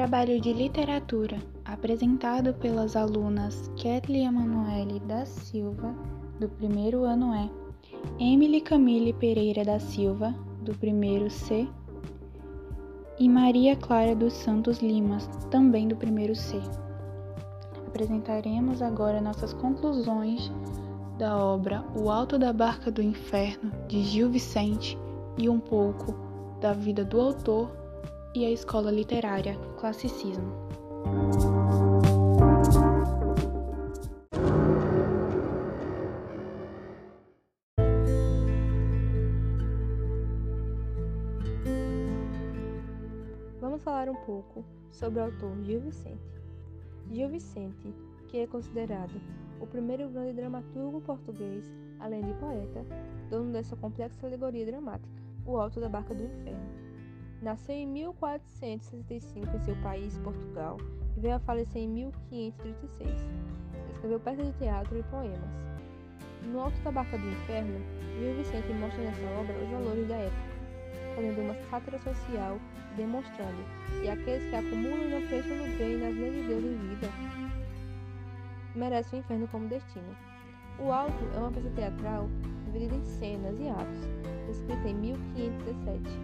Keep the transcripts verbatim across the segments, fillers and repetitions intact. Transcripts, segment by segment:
trabalho de literatura apresentado pelas alunas Kathleen Emanuele da Silva, do primeiro ano E, Emily Camille Pereira da Silva, do primeiro C, e Maria Clara dos Santos Limas, também do primeiro C. Apresentaremos agora nossas conclusões da obra O Alto da Barca do Inferno, de Gil Vicente, e um pouco da vida do autor e a escola literária Classicismo. Vamos falar um pouco sobre o autor Gil Vicente. Gil Vicente, que é considerado o primeiro grande dramaturgo português, além de poeta, dono dessa complexa alegoria dramática, O Alto da Barca do Inferno. Nasceu em mil quatrocentos e sessenta e cinco em seu país, Portugal, e veio a falecer em mil quinhentos e trinta e seis. Escreveu peças de teatro e poemas. No Alto da Barca do Inferno, Gil Vicente mostra nessa obra os valores da época, fazendo uma sátira social, demonstrando que aqueles que acumulam e não pensam no bem e nas leis de Deus em vida merecem o inferno como destino. O Alto é uma peça teatral dividida em cenas e atos, escrita em mil quinhentos e dezessete.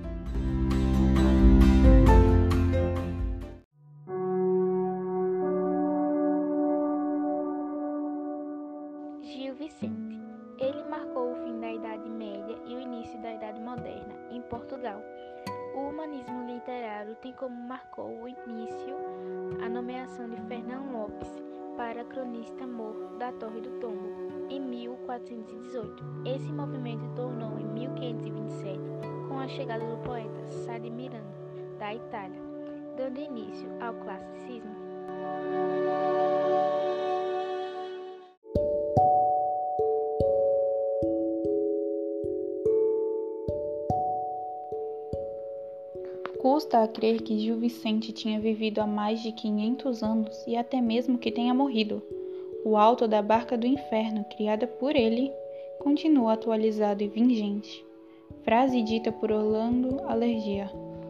Gil Vicente. Ele marcou o fim da Idade Média e o início da Idade Moderna em Portugal. O humanismo literário tem como marcou o início a nomeação de Fernão Lopes para cronista-mor da Torre do Tombo, em mil quatrocentos e dezoito. Esse movimento tornou em mil quinhentos e vinte e sete com a chegada do poeta Sá de Miranda, da Itália, dando início ao classicismo. Custa a crer que Gil Vicente tinha vivido há mais de quinhentos anos e até mesmo que tenha morrido. O Alto da Barca do Inferno, criada por ele, continua atualizado e vigente. Frase dita por Orlando Alergia.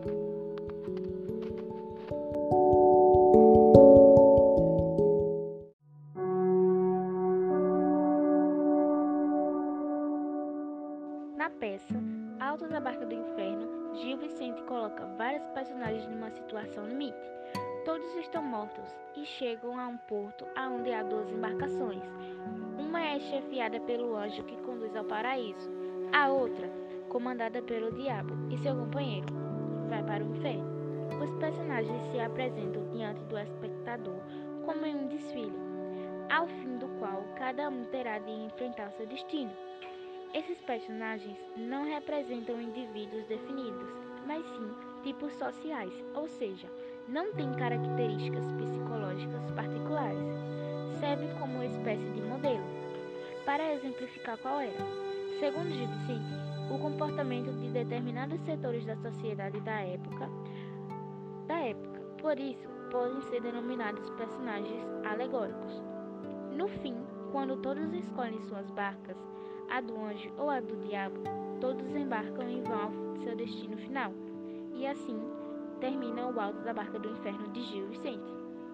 Na peça Alto da Barca do Inferno, Gil Vicente coloca vários personagens numa situação limite. Todos estão mortos e chegam a um porto onde há duas embarcações. Uma é chefiada pelo anjo que conduz ao paraíso. A outra, comandada pelo diabo e seu companheiro, vai para o inferno. Os personagens se apresentam diante do espectador como em um desfile, ao fim do qual cada um terá de enfrentar seu destino. Esses personagens não representam indivíduos definidos, mas sim tipos sociais, ou seja, não têm características psicológicas particulares. Serve como uma espécie de modelo. Para exemplificar qual era, segundo Gil Vicente, o comportamento de determinados setores da sociedade da época, da época. Por isso, podem ser denominados personagens alegóricos. No fim, quando todos escolhem suas barcas, a do anjo ou a do diabo, todos embarcam e vão ao seu destino final. E assim, termina o Alto da Barca do Inferno de Gil Vicente.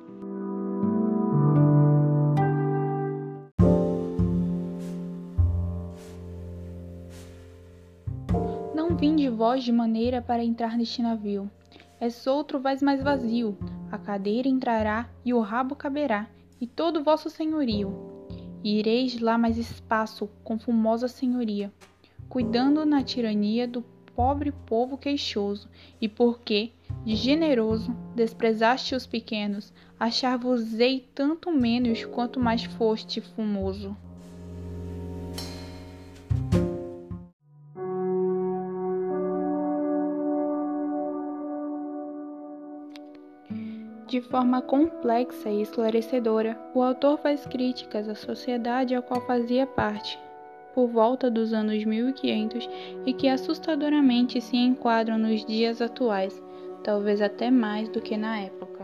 Não vinde vós de maneira para entrar neste navio. É solto vais mais vazio, a cadeira entrará e o rabo caberá, e todo o vosso senhorio. E ireis lá mais espaço, com fumosa senhoria, cuidando na tirania do pobre povo queixoso, e porque, de generoso, desprezaste os pequenos, achar-vos-ei tanto menos quanto mais foste fumoso. De forma complexa e esclarecedora, o autor faz críticas à sociedade a qual fazia parte, por volta dos anos mil e quinhentos, e que assustadoramente se enquadram nos dias atuais, talvez até mais do que na época.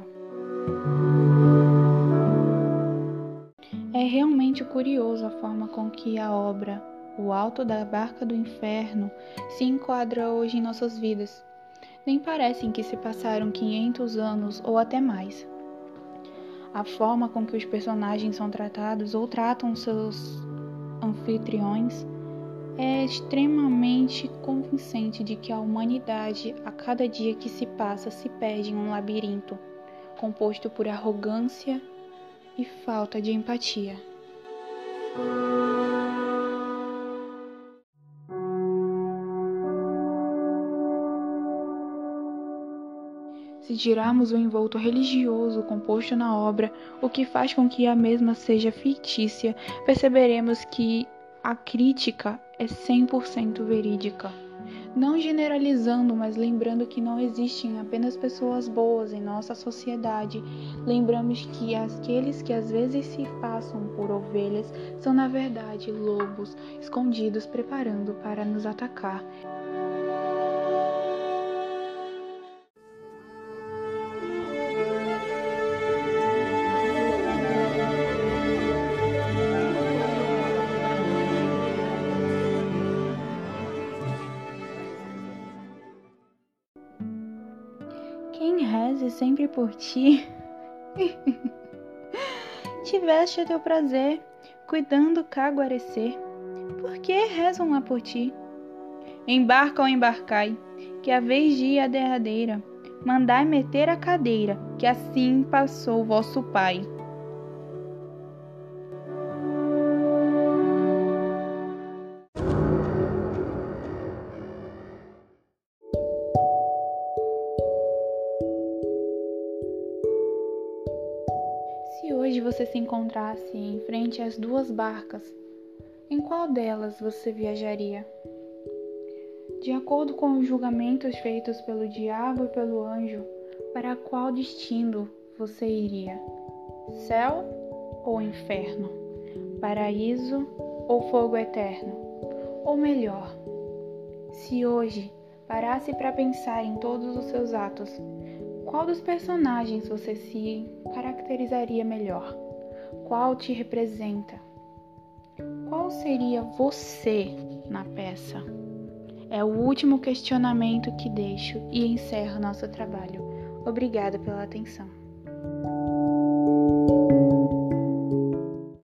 É realmente curioso a forma com que a obra O Alto da Barca do Inferno se enquadra hoje em nossas vidas. nem parecem que se passaram quinhentos anos ou até mais. A forma com que os personagens são tratados ou tratam seus anfitriões é extremamente convincente de que a humanidade, a cada dia que se passa, se perde em um labirinto, composto por arrogância e falta de empatia. Se tirarmos o envolto religioso composto na obra, o que faz com que a mesma seja fictícia, perceberemos que a crítica é cem por cento verídica. Não generalizando, mas lembrando que não existem apenas pessoas boas em nossa sociedade, lembramos que aqueles que às vezes se passam por ovelhas são na verdade lobos escondidos preparando para nos atacar. Quem reze sempre por ti, tiveste a teu prazer, cuidando cá guarecer. Por que rezam lá por ti? Embarca ou embarcai, que a vez de ir a derradeira, mandai meter a cadeira, que assim passou vosso pai. Se hoje você se encontrasse em frente às duas barcas, em qual delas você viajaria? De acordo com os julgamentos feitos pelo diabo e pelo anjo, para qual destino você iria? Céu ou inferno? Paraíso ou fogo eterno? Ou melhor, se hoje parasse para pensar em todos os seus atos, qual dos personagens você se caracterizaria melhor? Qual te representa? Qual seria você na peça? É o último questionamento que deixo e encerro nosso trabalho. Obrigada pela atenção.